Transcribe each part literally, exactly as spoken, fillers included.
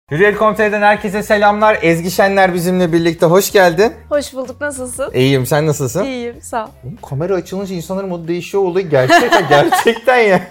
Hürriyet nokta com.tr'den herkese selamlar. Ezgi Şenler bizimle birlikte. Hoş geldin. Hoş bulduk. Nasılsın? İyiyim. Sen nasılsın? İyiyim. Sağ ol. Kamera açılınca insanların modu değişiyor oluyor. Gerçekten gerçekten ya.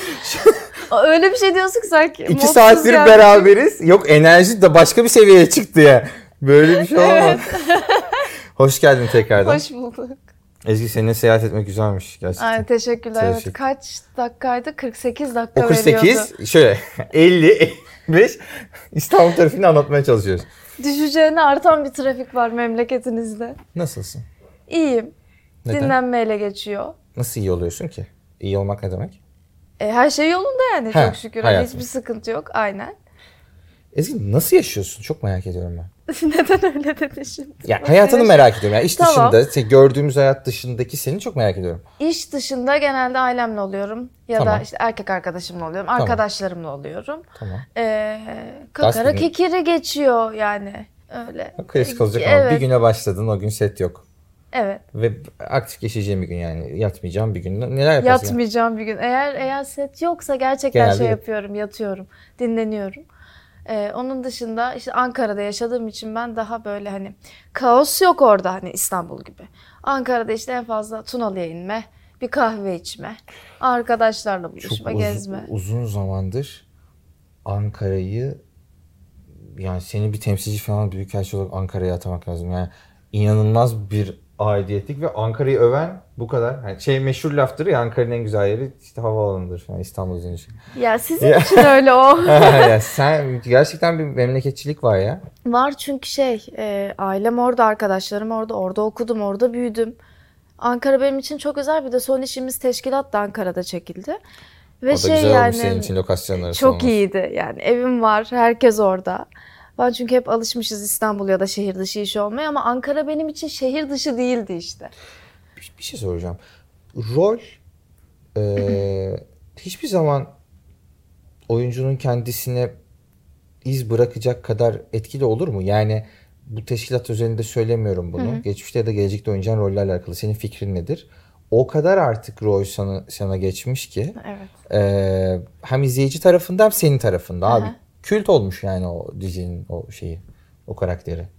Öyle bir şey diyorsun ki sanki. İki saattir gelmişim. beraberiz. Yok, enerji de başka bir seviyeye çıktı ya. Böyle bir şey olmaz. Evet. Hoş geldin tekrardan. Hoş bulduk. Ezgi, seninle seyahat etmek güzelmiş gerçekten. Ay, teşekkürler. Evet. Teşekkür. Kaç dakikaydı? kırk sekiz dakika O kırk sekiz veriyordu. şöyle elli elli beş İstanbul trafiğini anlatmaya çalışıyoruz. Düşeceğine artan bir trafik var memleketinizde. Nasılsın? İyiyim. Neden? Dinlenmeyle geçiyor. Nasıl iyi oluyorsun ki? İyi olmak ne demek? E, her şey yolunda yani He, çok şükür. hayatım. Hiçbir sıkıntı yok. Aynen. Ezgi, nasıl yaşıyorsun? Çok merak ediyorum ben. Neden öyle dedin şimdi? Ya Nasıl hayatını yaşa- merak ediyorum. Yani iş Tamam. dışında, şey, gördüğümüz hayat dışındaki seni çok merak ediyorum. İş dışında genelde ailemle oluyorum. Ya Tamam. da işte erkek arkadaşımla oluyorum. Tamam. Arkadaşlarımla oluyorum. Tamam. Ee, kakara Gazeteni- kikiri geçiyor yani. Öyle. Klasik olacak ama Evet. bir güne başladın, o gün set yok. Evet. Ve aktif geçeceğim bir gün, yani yatmayacağım bir gün. Neler yaparsın? Yani? Yatmayacağım bir gün. Eğer eğer set yoksa gerçekten Genelde- şey yapıyorum, yatıyorum, dinleniyorum. Ee, onun dışında işte Ankara'da yaşadığım için ben daha böyle hani kaos yok orada hani İstanbul gibi. Ankara'da işte en fazla Tunalı'ya inme, bir kahve içme, arkadaşlarla buluşma, Çok uz- gezme. uzun zamandır Ankara'yı, yani seni bir temsilci falan, büyükelçi olarak Ankara'ya atamak lazım. Yani inanılmaz bir aidiyetlik ve Ankara'yı öven bu kadar. Yani şey meşhur laftır ya, Ankara'nın en güzel yeri işte havaalanıdır falan, İstanbul'un için. Ya sizin için öyle o. Ya sen gerçekten bir memleketçilik var ya. Var çünkü şey, e, ailem orada, arkadaşlarım orada, orada okudum, orada büyüdüm. Ankara benim için çok özel. Bir de son işimiz teşkilat da Ankara'da çekildi. Ve O da şey güzel yani olmuş senin için, lokasyonları çok olması. iyiydi. Yani evim var, herkes orada. Ben çünkü hep alışmışız İstanbul ya da şehir dışı iş olmaya ama Ankara benim için şehir dışı değildi işte. Bir, bir şey soracağım. Rol e, hiçbir zaman oyuncunun kendisine iz bırakacak kadar etkili olur mu? Yani bu teşkilat özelinde söylemiyorum bunu. Hı hı. Geçmişte ya da gelecekte oynayacağın rollerle alakalı senin fikrin nedir? O kadar artık rol sana, sana geçmiş ki. Evet. E, hem izleyici tarafında hem senin tarafında. Abi Aha. kült olmuş yani o dizinin o şeyi, o karakteri.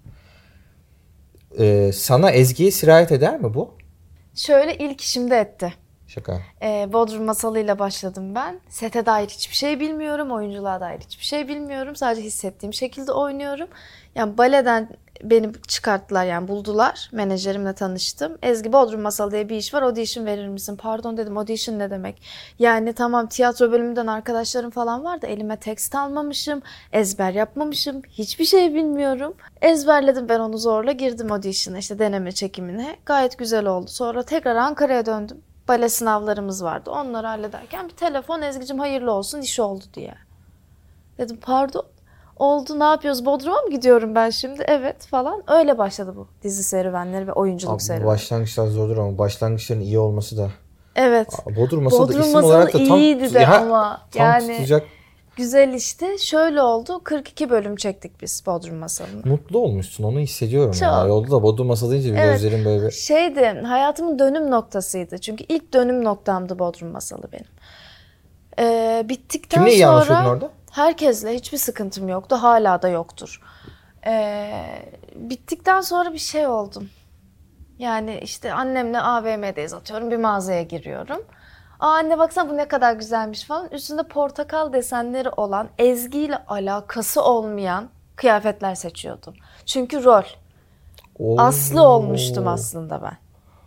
E, sana, Ezgi'ye sirayet eder mi bu? Şöyle ilk işimde etti. Şaka. Ee, Bodrum Masalı'yla başladım ben. Sete dair hiçbir şey bilmiyorum. Oyunculuğa dair hiçbir şey bilmiyorum. Sadece hissettiğim şekilde oynuyorum. Yani baleden beni çıkarttılar, yani buldular. Menajerimle tanıştım. Ezgi, Bodrum Masalı diye bir iş var. Audition verir misin? Pardon dedim. Audition ne demek? Yani tamam, tiyatro bölümünden arkadaşlarım falan var da elime tekst almamışım. Ezber yapmamışım. Hiçbir şey bilmiyorum. Ezberledim ben onu, zorla girdim audition'a, işte deneme çekimine. Gayet güzel oldu. Sonra tekrar Ankara'ya döndüm. Bale sınavlarımız vardı. Onları hallederken bir telefon, Ezgi'cim hayırlı olsun, iş oldu diye. Dedim pardon. Oldu, ne yapıyoruz? Bodrum'a mı gidiyorum ben şimdi? Evet falan. Öyle başladı bu dizi serüvenleri ve oyunculuk Abi, serüvenleri. başlangıçlar zordur ama başlangıçların iyi olması da. Evet. Bodrum Masalı Bodrum isim Masalı olarak da tam, iyiydi de ya, ama tam yani tutacak. güzel işte. Şöyle oldu. kırk iki bölüm çektik biz Bodrum Masalı'nı. Mutlu olmuşsun, onu hissediyorum. Çok. Ya. Yolda da Bodrum Masalı deyince bir Evet. gözlerim böyle bir... Şeydi, hayatımın dönüm noktasıydı. Çünkü ilk dönüm noktamdı Bodrum Masalı benim. Ee, bittikten Kimle iyi sonra anlaşıyordun orada? herkesle hiçbir sıkıntım yoktu. Hala da yoktur. Ee, bittikten sonra bir şey oldum. Yani işte annemle A V M'deyiz, atıyorum, bir mağazaya giriyorum. Aa anne baksana bu ne kadar güzelmiş falan. Üstünde portakal desenleri olan, Ezgi ile alakası olmayan kıyafetler seçiyordum. Çünkü rol. Oo. Aslı olmuştum aslında ben.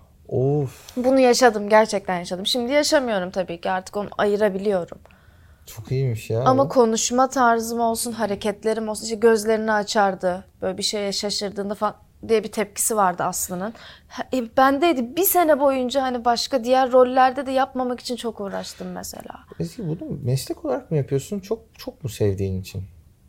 Of. Bunu yaşadım, gerçekten yaşadım. Şimdi yaşamıyorum tabii ki, artık onu ayırabiliyorum. Çok iyiymiş ya. Ama bu. konuşma tarzım olsun, hareketlerim olsun, işte gözlerini açardı. Böyle bir şeye şaşırdığında falan diye bir tepkisi vardı Aslı'nın. E, bendeydi. Bir sene boyunca hani başka diğer rollerde de yapmamak için çok uğraştım mesela. Ezgi, bunu meslek olarak mı yapıyorsun? Çok çok mu sevdiğin için?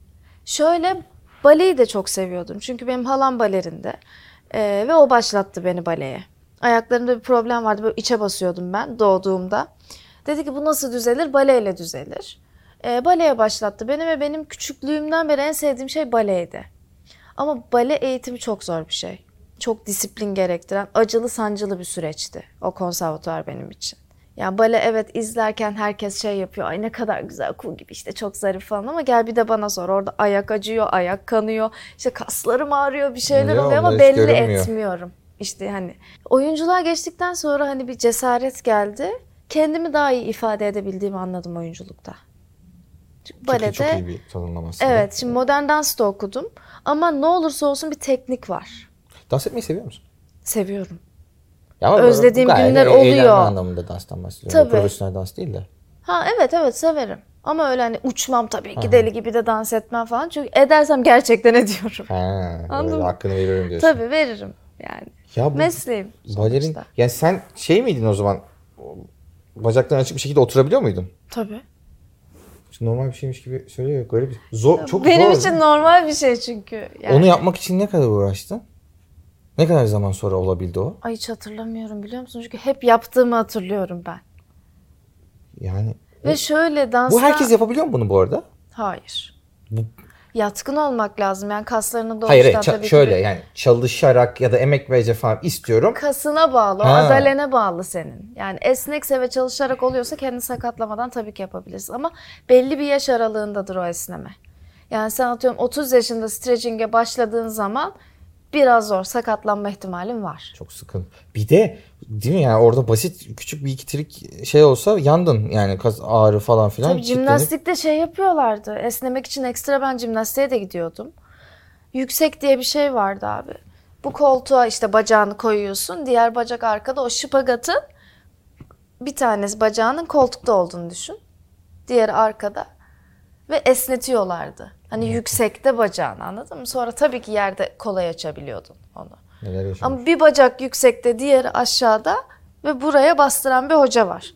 Şöyle, baleyi de çok seviyordum. Çünkü benim halam balerindi. Ee, ve o başlattı beni baleye. Ayaklarımda bir problem vardı. Böyle içe basıyordum ben doğduğumda. Dedi ki bu nasıl düzelir? Baleyle düzelir. Ee, baleye başlattı beni ve benim küçüklüğümden beri en sevdiğim şey baleydi. Ama bale eğitimi çok zor bir şey. Çok disiplin gerektiren, acılı sancılı bir süreçti o konservatuvar benim için. Yani bale evet izlerken herkes şey yapıyor. Ay ne kadar güzel, kuğu gibi işte çok zarif falan ama gel bir de bana sor. Orada ayak acıyor, ayak kanıyor. İşte kaslarım ağrıyor, bir şeyler Yok, oluyor ama onlar hiç belli görünmüyor. etmiyorum. İşte hani oyunculuğa geçtikten sonra hani bir cesaret geldi. Kendimi daha iyi ifade edebildiğimi anladım oyunculukta. Çünkü Çok iyi, balede çok iyi bir tanımlama aslında. evet şimdi modern dans da okudum ama ne olursa olsun bir teknik var. Dans etmeyi seviyor musun? Seviyorum. Ya ama Özlediğim gayet günler e- eğlenme oluyor. anlamında danstan bahsediyorum. Tabii. Profesyonel dans değil de. Ha evet evet severim. Ama öyle hani uçmam tabii ki Aha. deli gibi de dans etmem falan. Çünkü edersem gerçekten ediyorum. Ha, Anladın böyle mı? hakkını veriyorum diyorsun. Tabii veririm yani. Ya bu Mesleğim balerin, sonuçta. yani sen şey miydin o zaman? Bacakların açık bir şekilde oturabiliyor muydun? Tabii. Şimdi normal bir şeymiş gibi söylüyor. Garip. bir- Zor, çok Benim zor. için normal bir şey çünkü. Yani. Onu yapmak için ne kadar uğraştın? Ne kadar zaman sonra olabildi o? Ay hiç hatırlamıyorum biliyor musun? Çünkü hep yaptığımı hatırlıyorum ben. Yani Ve şöyle dansta... bu herkes yapabiliyor mu bunu bu arada? Hayır. Bu... Yatkın olmak lazım. Yani kaslarını doğuştan Hayır, hayır ça- tabii ki şöyle bir- yani çalışarak ya da emek vereceğim falan istiyorum. kasına bağlı, o Ha. adalene bağlı senin. Yani esnekse ve çalışarak oluyorsa kendini sakatlamadan tabii ki yapabilirsin. Ama belli bir yaş aralığındadır o esneme. Yani sen atıyorum otuz yaşında stretching'e başladığın zaman biraz zor sakatlanma ihtimalin var. Çok sıkıntı. Bir de değil mi yani orada basit küçük bir iki trik şey olsa yandın yani kas ağrı falan filan. Tabii kitlenip- jimnastikte şey yapıyorlardı. Esnemek için ekstra ben jimnastiğe de gidiyordum. Yüksek diye bir şey vardı abi. Bu koltuğa işte bacağını koyuyorsun. Diğer bacak arkada. O şıpagatın bir tanesi bacağının koltukta olduğunu düşün. Diğeri arkada. Ve esnetiyorlardı. Hani yüksekte bacağını, anladın mı? Sonra tabii ki yerde kolay açabiliyordun onu. Neler yaşamış. Ama bir bacak yüksekte, diğeri aşağıda ve buraya bastıran bir hoca var.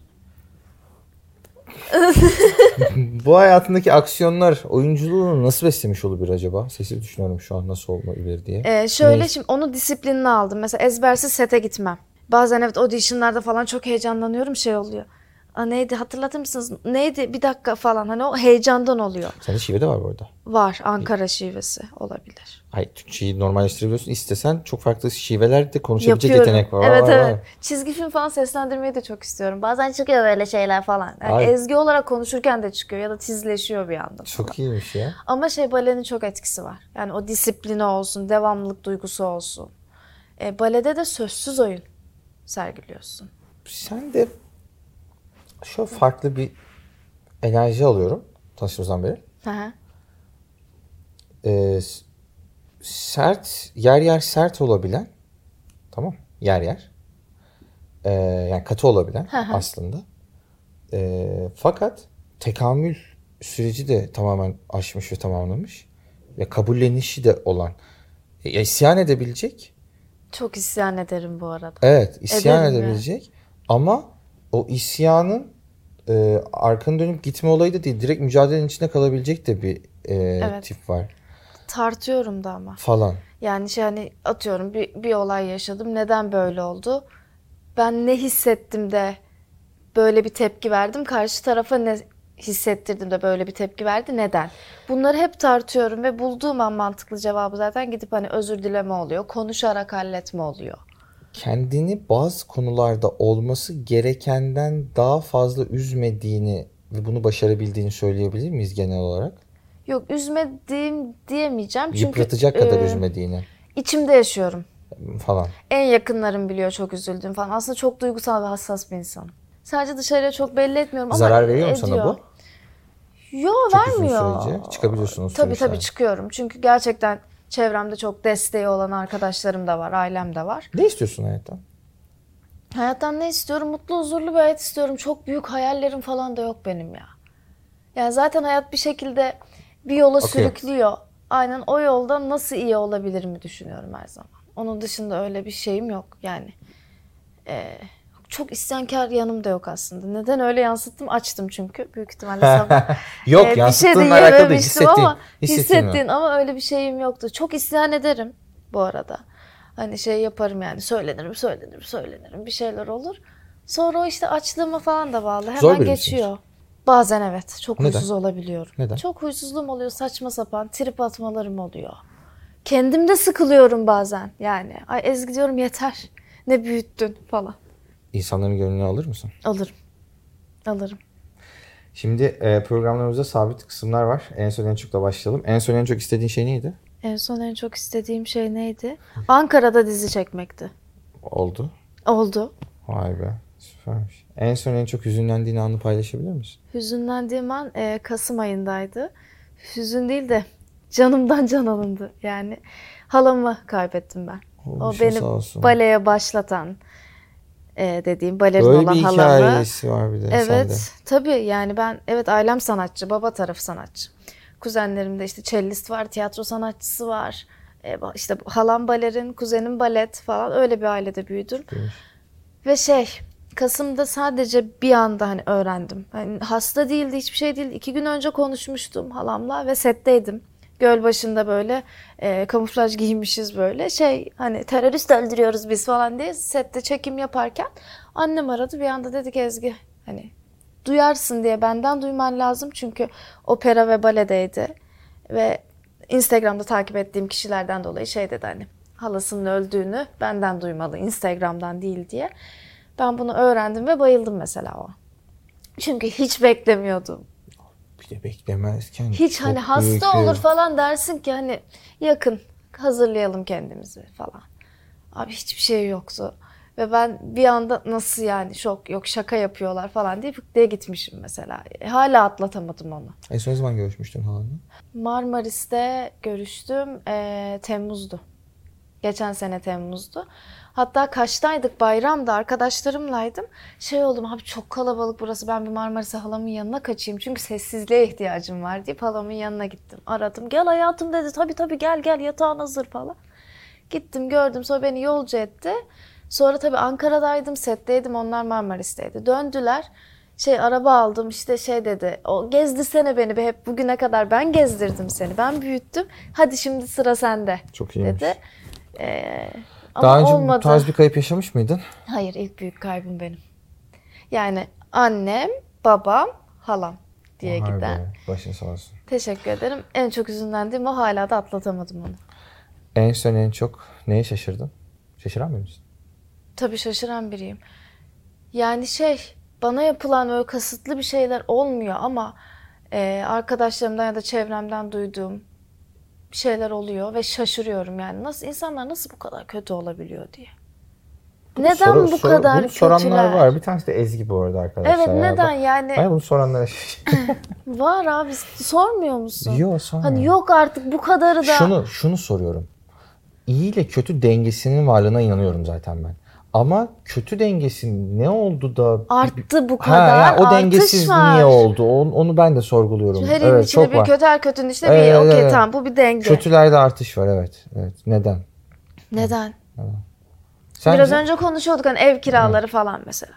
Bu hayatındaki aksiyonlar oyunculuğunu nasıl beslemiş olabilir acaba? Sesi düşünüyorum şu an nasıl olabilir diye. Ee, şöyle Ne- şimdi onu disiplinine aldım. Mesela ezbersiz sete gitmem. Bazen evet auditionlarda falan çok heyecanlanıyorum, şey oluyor. Aa, neydi hatırlatır mısınız? Neydi bir dakika falan, hani o heyecandan oluyor. Sende şive de var bu arada. Var, Ankara şivesi olabilir. Hayır, Türkçeyi normalleştirebiliyorsun. İstesen çok farklı şivelerde konuşabilecek Yapıyorum. yetenek var. Evet Var, evet. var. Çizgi film falan seslendirmeyi de çok istiyorum. Bazen çıkıyor böyle şeyler falan. Yani Ay. ezgi olarak konuşurken de çıkıyor ya da tizleşiyor bir anda falan. Çok iyiymiş ya. Ama şey balenin çok etkisi var. Yani o disiplini olsun, devamlılık duygusu olsun. E, balede de sözsüz oyun sergiliyorsun. Sen de şu farklı bir enerji alıyorum tanıştığımızdan beri. Hı hı. Ee, s- sert, yer yer sert olabilen, tamam, yer yer. Ee, yani katı olabilen aslında. Ee, fakat tekamül süreci de tamamen aşmış ve tamamlamış. Ve kabullenişi de olan. E, isyan edebilecek. Çok isyan ederim bu arada. Evet, isyan Ederim edebilecek. Ama o isyanın e, arkanı dönüp gitme olayı da değil. Direkt mücadelenin içinde kalabilecek de bir e, Evet. tip var. Tartıyorum da ama. Falan. Yani şey hani atıyorum bir, bir olay yaşadım. Neden böyle oldu? Ben ne hissettim de böyle bir tepki verdim? Karşı tarafa ne hissettirdim de böyle bir tepki verdi? Neden? Bunları hep tartıyorum ve bulduğum an mantıklı cevabı zaten gidip hani özür dileme oluyor. Konuşarak halletme oluyor. Kendini bazı konularda olması gerekenden daha fazla üzmediğini ve bunu başarabildiğini söyleyebilir miyiz genel olarak? Yok üzmediğim diyemeyeceğim. Çünkü Yıpratacak kadar e, üzmediğini içimde yaşıyorum. falan. En yakınlarım biliyor çok üzüldüğüm falan. Aslında çok duygusal ve hassas bir insanım. Sadece dışarıya çok belli etmiyorum ama Zarar veriyor mu sana ediyor. bu? Yo Çok uzun vermiyor. sürece çıkabiliyorsun o Tabii tabii süreçten. çıkıyorum. Çünkü gerçekten çevremde çok desteği olan arkadaşlarım da var, ailem de var. Ne istiyorsun hayattan? Hayattan ne istiyorum? Mutlu, huzurlu bir hayat istiyorum. Çok büyük hayallerim falan da yok benim ya. Yani zaten hayat bir şekilde bir yola Akıyor. sürüklüyor. Aynen o yolda nasıl iyi olabilirimi düşünüyorum her zaman. Onun dışında öyle bir şeyim yok yani. Ee, çok isyankar yanım da yok aslında. Neden öyle yansıttım? Açtım çünkü. Büyük ihtimalle sabah. Yok, Ee, bir şey de yansıttığınla alakalı değil. yememiştim Hissettiğin. ama Hissettiğin mi? hissettiğin ama öyle bir şeyim yoktu. Çok isyan ederim bu arada. Hani şey yaparım yani söylenirim, söylenirim, söylenirim. Bir şeyler olur. Sonra o işte açlığıma falan da bağlı. Hemen Zor biri geçiyor. Bazen evet. Çok Neden? huysuz olabiliyorum. Neden? Çok huysuzluğum oluyor. Saçma sapan trip atmalarım oluyor. Kendimde sıkılıyorum bazen yani. Ay Ezgi diyorum yeter. Ne büyüttün falan. İnsanların gönlünü alır mısın? Alırım. Alırım. Şimdi e, programlarımızda sabit kısımlar var. En son en çokla başlayalım. En son en çok istediğin şey neydi? En son en çok istediğim şey neydi? Ankara'da dizi çekmekti. Oldu. Oldu. Vay be. Süpermiş. En son en çok hüzünlendiğin anı paylaşabilir misin? Hüzünlendiğim an e, Kasım ayındaydı. Hüzün değil de canımdan can alındı. Yani halamı kaybettim ben. O, O başın beni sağ olsun. baleye başlatan e, dediğim balerin Böyle olan bir halamı. hikayesi var bir de Evet, sende. tabii yani ben evet ailem sanatçı, baba tarafı sanatçı. Kuzenlerimde işte cellist var, tiyatro sanatçısı var. E, işte halam balerin, kuzenim balet falan öyle bir ailede büyüdüm. Demiş. Ve şey Kasım'da sadece bir anda hani öğrendim. Hani hasta değildi, hiçbir şey değildi. İki gün önce konuşmuştum halamla ve setteydim. Gölbaşı'nda böyle e, kamuflaj giymişiz böyle. Şey hani terörist öldürüyoruz biz falan diye sette çekim yaparken annem aradı. Bir anda dedi ki Ezgi hani duyarsın diye benden duyman lazım. Çünkü opera ve baledeydi. Ve Instagram'da takip ettiğim kişilerden dolayı şey dedi hani halasının öldüğünü benden duymalı Instagram'dan değil diye. Ben bunu öğrendim ve bayıldım mesela o. Çünkü hiç beklemiyordum. Bir de beklemezken Hiç çok hani hasta büyük bir- olur falan dersin ki hani yakın hazırlayalım kendimizi falan. Abi hiçbir şey yoktu. Ve ben bir anda nasıl yani şok yok şaka yapıyorlar falan diye fık diye gitmişim mesela. E, hala atlatamadım onu. En son ne zaman görüşmüştün halanla? Marmaris'te görüştüm. Ee, Temmuz'du. Geçen sene Temmuz'du. Hatta Kaş'taydık bayramda arkadaşlarımlaydım. Şey oldum abi çok kalabalık burası ben bir Marmaris'e halamın yanına kaçayım. Çünkü sessizliğe ihtiyacım var deyip halamın yanına gittim. Aradım gel hayatım dedi tabii tabii gel gel yatağın hazır falan. Gittim gördüm sonra beni yolcu etti. Sonra tabii Ankara'daydım setteydim onlar Marmaris'teydi. Döndüler. Şey araba aldım işte şey dedi. O gezdirsene beni be hep bugüne kadar ben gezdirdim seni. Ben büyüttüm. Hadi şimdi sıra sende. Çok iyiymiş. Dedi. Ee, Daha ama önce olmadı. bu tarz bir kayıp yaşamış mıydın? Hayır ilk büyük kaybım benim. Yani annem, babam, halam diye Vay giden. be, başın sağ olsun. Teşekkür ederim. En çok üzüldüğüm o hala da atlatamadım onu. En son en çok neye şaşırdın? Şaşıran mı mısın? Tabii şaşıran biriyim. Yani şey bana yapılan öyle kasıtlı bir şeyler olmuyor ama e, arkadaşlarımdan ya da çevremden duyduğum bir şeyler oluyor ve şaşırıyorum yani nasıl insanlar nasıl bu kadar kötü olabiliyor diye. Neden Soru- bu soru- kadar bunu soranlar kötüler? var. Bir tanesi de Ezgi bu arada arkadaşlar. Evet ya. neden Ben- yani Ben bunu soranlara şaşırıyorum. var abi sormuyor musun? Yok sormuyorum. Hani yok artık bu kadarı da Şunu, şunu soruyorum. İyi ile kötü dengesinin varlığına inanıyorum zaten ben. Ama kötü dengesi ne oldu da... arttı bu Ha, kadar yani o artış dengesiz var. niye oldu? Onu, onu ben de sorguluyorum. Her yerin evet, içinde çok bir var. kötü her kötünün içinde Evet, bir evet, okey evet. tamam bu bir denge. Kötülerde artış var evet. Evet. Neden? Neden? Sence? Biraz önce konuşuyorduk hani ev kiraları falan mesela.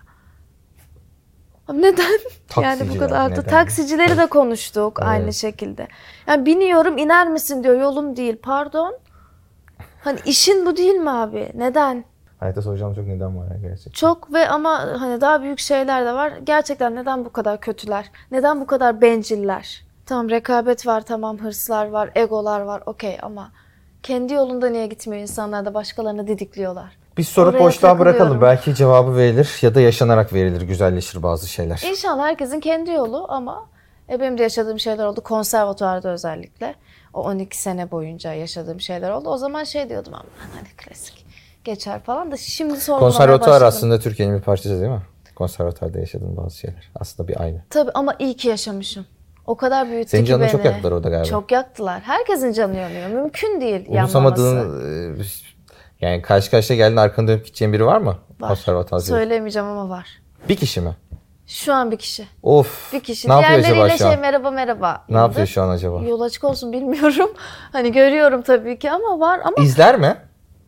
Abi neden? Yani bu Taksiciler, kadar arttı. neden? Taksicileri de konuştuk Evet. aynı şekilde. Yani biniyorum iner misin diyor yolum değil pardon. Hani işin bu değil mi abi? Neden? Hayatta soracağım çok neden var ya gerçekten. Çok ve ama hani daha büyük şeyler de var. Gerçekten neden bu kadar kötüler? Neden bu kadar benciller? Tamam rekabet var, tamam hırslar var, egolar var okey ama kendi yolunda niye gitmiyor insanlar da başkalarını didikliyorlar? Bir soru Oraya boşluğa takılıyorum. bırakalım. Belki cevabı verilir ya da yaşanarak verilir. Güzelleşir bazı şeyler. İnşallah herkesin kendi yolu ama e, benim de yaşadığım şeyler oldu. Konservatuvarda özellikle. O on iki sene boyunca yaşadığım şeyler oldu. O zaman şey diyordum ama hani klasik geçer falan da şimdi sorgulamaya Konservatuvar başladım. aslında Türkiye'nin bir parçası değil mi? Konservatuvarda yaşadığın bazı şeyler. Aslında bir aynı. Tabii ama iyi ki yaşamışım. O kadar büyüttü Senin ki canını beni. çok yaktılar orada galiba. Çok yaktılar. Herkesin canı yanıyor. Mümkün değil yanmaması. Unutamadığın e, yani karşı karşıya geldin arkana dönüp gideceğin biri var mı? Var. Konservatuvar. Söylemeyeceğim ama var. Bir kişi mi? Şu an bir kişi. Of. Bir kişi. Ne yapıyor acaba Diğerleriyle şu an? şey merhaba merhaba. Ne yapıyor şu an acaba? Yol açık olsun bilmiyorum. Hani görüyorum tabii ki ama var ama İzler mi?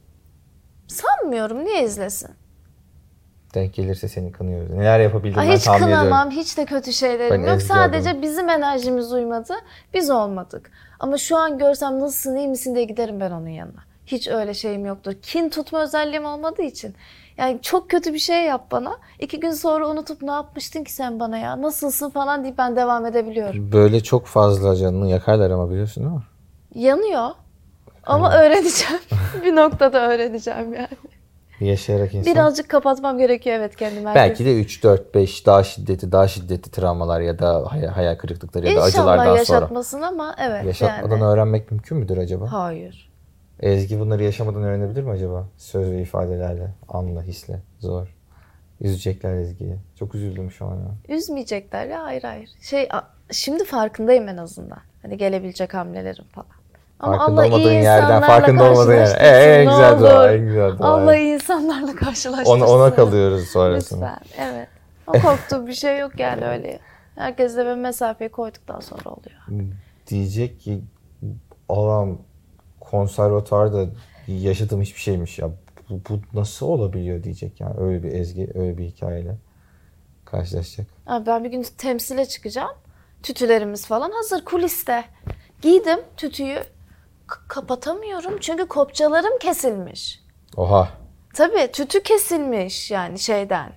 sanmıyorum. Niye izlesin? Denk gelirse seni kınıyoruz. Neler yapabildin Ay ben hiç tahmin ediyorum. kınamam. Hiç de kötü şeylerim Ben yok. Ezgi Sadece adamım. bizim enerjimiz uymadı. Biz olmadık. Ama şu an görsem nasılsın iyi misin diye giderim ben onun yanına. Hiç öyle şeyim yoktur. Kin tutma özelliğim olmadığı için. Yani çok kötü bir şey yap bana. İki gün sonra unutup ne yapmıştın ki sen bana ya? Nasılsın falan deyip ben devam edebiliyorum. Böyle çok fazla canını yakarlar ama biliyorsun değil mi? Yanıyor. Ama öğreneceğim. Bir noktada öğreneceğim yani. Yaşayarak insan. Birazcık kapatmam gerekiyor evet kendimi. Belki de üç, dört, beş daha şiddetli, daha şiddetli travmalar ya da hay- hayal kırıklıkları ya da İnşallah acılardan sonra. yaşatmasın ama evet Yaşatmadan yani. öğrenmek mümkün müdür acaba? Hayır. Ezgi bunları yaşamadan öğrenebilir mi acaba? Söz ve ifadelerle, anla, hisle. Zor. Üzecekler Ezgi'yi. Çok üzüldüm şu an ya. Üzmeyecekler ya hayır hayır. Şey a- şimdi farkındayım en azından. Hani gelebilecek hamlelerim falan. Ama Farkında Allah olmadığın iyi yerden, insanlarla farkında olmadığın yer. karşılaştırsın, Ee, en ne güzel dua, olur. en güzel dua. Allah iyi insanlarla karşılaştırsın. Ona, ona kalıyoruz sonrasında. Lütfen evet. O korktuğu bir şey yok yani öyle. Herkesle bir mesafeyi koyduktan sonra oluyor. Diyecek ki Allah'ım konservatuvarda yaşadığım hiçbir şeymiş ya. Bu, bu nasıl olabiliyor diyecek yani. Öyle bir Ezgi, öyle bir hikayeyle karşılaşacak. Abi ben bir gün temsile çıkacağım. Tütülerimiz falan hazır kuliste. Giydim tütüyü. K- kapatamıyorum çünkü kopçalarım kesilmiş. Oha. Tabii tütü kesilmiş yani şeyden.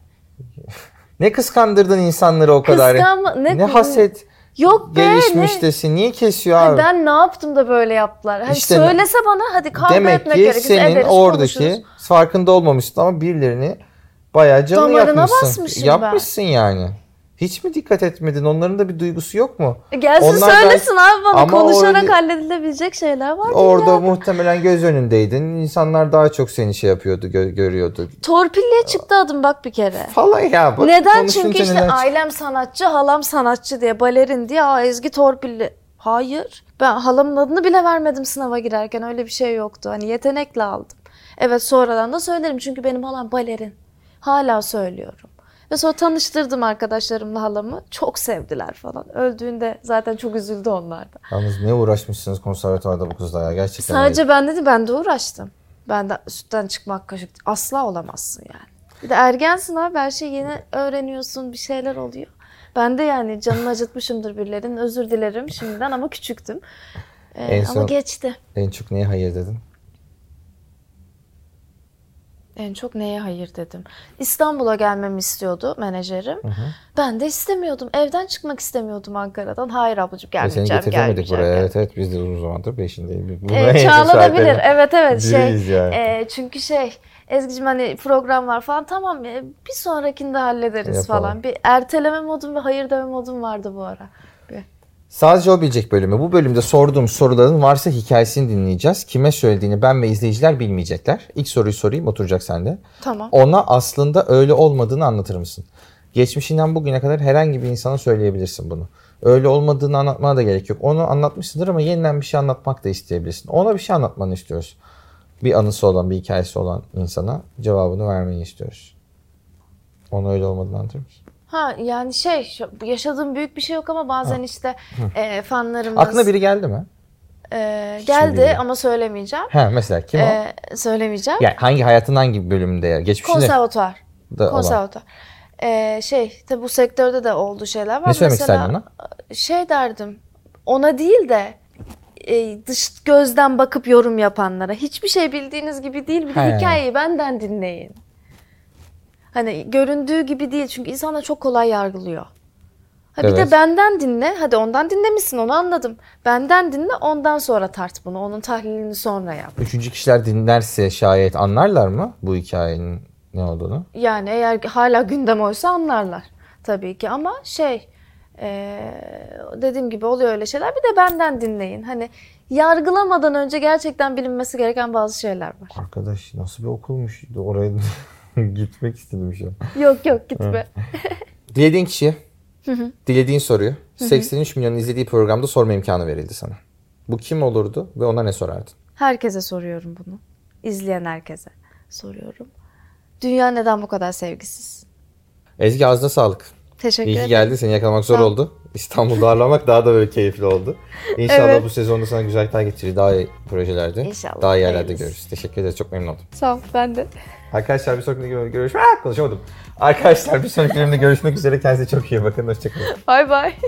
Ne kıskandırdın insanları o kadar. Kıskanma- ne- ne haset Yok be gelişmiş ne? desin. Niye kesiyor Ay abi? ben ne yaptım da böyle yaptılar? Hani İşte söylese bana hadi kavga Demek etmek ki gerekirse senin ederiz oradaki konuşuruz. farkında olmamışsın ama birilerini bayağı canını Damarına yapmışsın. basmışım ben. Yapmışsın yani. Hiç mi dikkat etmedin? Onların da bir duygusu yok mu? E Gelsin Onlar da- söylesin abi bana Ama konuşarak orada- halledilebilecek şeyler var. Orada muhtemelen göz önündeydin. İnsanlar daha çok seni şey yapıyordu, gö- görüyordu. Torpilliye çıktı adım bak bir kere. Falan ya. Bak, Neden? konuşunca Çünkü işte neden çık- ailem sanatçı, halam sanatçı diye, balerin diye, aa Ezgi torpilli. Hayır. Ben halamın adını bile vermedim sınava girerken. Öyle bir şey yoktu. Hani yetenekle aldım. Evet sonradan da söylerim. Çünkü benim halam balerin. Hala söylüyorum. Ve sonra tanıştırdım arkadaşlarımla halamı. Çok sevdiler falan. Öldüğünde zaten çok üzüldü onlar da. Yalnız ne uğraşmışsınız konservatuvarda bu kızla ya. Gerçekten. Sadece ben dedi ben de uğraştım. Ben de sütten çıkmak kaşık. Asla olamazsın yani. Bir de ergensin abi her şeyi yeni öğreniyorsun. Bir şeyler oluyor. Ben de yani canını acıtmışımdır birilerinin. Özür dilerim şimdiden ama küçüktüm. Ee, En ama son- geçti. En çok neye hayır dedin? En çok neye hayır dedim. İstanbul'a gelmemi istiyordu menajerim. Ben de istemiyordum. Evden çıkmak istemiyordum Ankara'dan. Hayır ablacığım Ve seni gelmeyeceğim, getirtemedik gelmeyeceğim. buraya. gelmeyeceğim. Evet evet biz de uzun zamandır peşindeyiz. Buna Ee, en Çağla da şahitlerin bilir. Evet evet şey. biriyiz yani. e, çünkü şey Ezgi'cim hani program var falan tamam ya bir sonrakinde hallederiz Yapalım. falan. Bir erteleme modum ve hayır deme modum vardı bu ara. Bir. Sadece o bilecek bölümü. Bu bölümde sorduğum soruların varsa hikayesini dinleyeceğiz. Kime söylediğini ben ve izleyiciler bilmeyecekler. İlk soruyu sorayım, oturacak sende. Tamam. Ona aslında öyle olmadığını anlatır mısın? Geçmişinden bugüne kadar herhangi bir insana söyleyebilirsin bunu. Öyle olmadığını anlatmana da gerek yok. Onu anlatmışsındır ama yeniden bir şey anlatmak da isteyebilirsin. Ona bir şey anlatmanı istiyoruz. Bir anısı olan, bir hikayesi olan insana cevabını vermeyi istiyoruz. Ona öyle olmadığını anlatır mısın? Ha yani şey şu- yaşadığım büyük bir şey yok ama bazen işte e, fanlarımız Aklına biri geldi mi? e, Hiç geldi bilmiyorum. ama söylemeyeceğim. Ha mesela kim o? E, söylemeyeceğim. Yani hangi hayatın hangi bölümünde ya? Geçmişinde Konservatuar. de olan. Konservatuar. E, şey tabi bu sektörde de olduğu şeyler var. Ne söylemek Mesela, isterdin ona? Şey derdim. Ona değil de e, dış gözden bakıp yorum yapanlara. Hiçbir şey bildiğiniz gibi değil. Bir de He. hikayeyi benden dinleyin. Hani göründüğü gibi değil. Çünkü insanlar çok kolay yargılıyor. Ha bir Evet. de benden dinle. Hadi ondan dinlemişsin onu anladım. Benden dinle ondan sonra tart bunu. Onun tahlilini sonra yap. Üçüncü kişiler dinlerse şayet anlarlar mı bu hikayenin ne olduğunu? Yani eğer hala gündem oysa anlarlar. Tabii ki ama şey e, dediğim gibi oluyor öyle şeyler. Bir de benden dinleyin. Hani yargılamadan önce gerçekten bilinmesi gereken bazı şeyler var. Arkadaş nasıl bir okulmuş oraya gitmek istedim şu an. Yok yok gitme. Dilediğin kişiye dilediğin soruyu seksen üç milyon izlediği programda sorma imkanı verildi sana. Bu kim olurdu ve ona ne sorardın? Herkese soruyorum bunu. İzleyen herkese soruyorum. Dünya neden bu kadar sevgisiz? Ezgi ağzına sağlık. Teşekkür İyi ki ederim. geldin. Seni yakalamak zor Sağ ol. oldu. İstanbul'da ağırlamak daha da böyle keyifli oldu. İnşallah Evet. bu sezonda sana güzellikler getirir. Daha iyi projelerde. İnşallah. Daha iyi yerlerde Hayırlısı. görürüz. Teşekkür ederiz. Çok memnun oldum. Sağ ol ben de. Arkadaşlar bir sonraki görüşmek... Konuşamadım. Arkadaşlar bir sonraki bölümde görüşmek üzere. Kendinize çok iyi bakın. Hoşçakalın. Bay bay.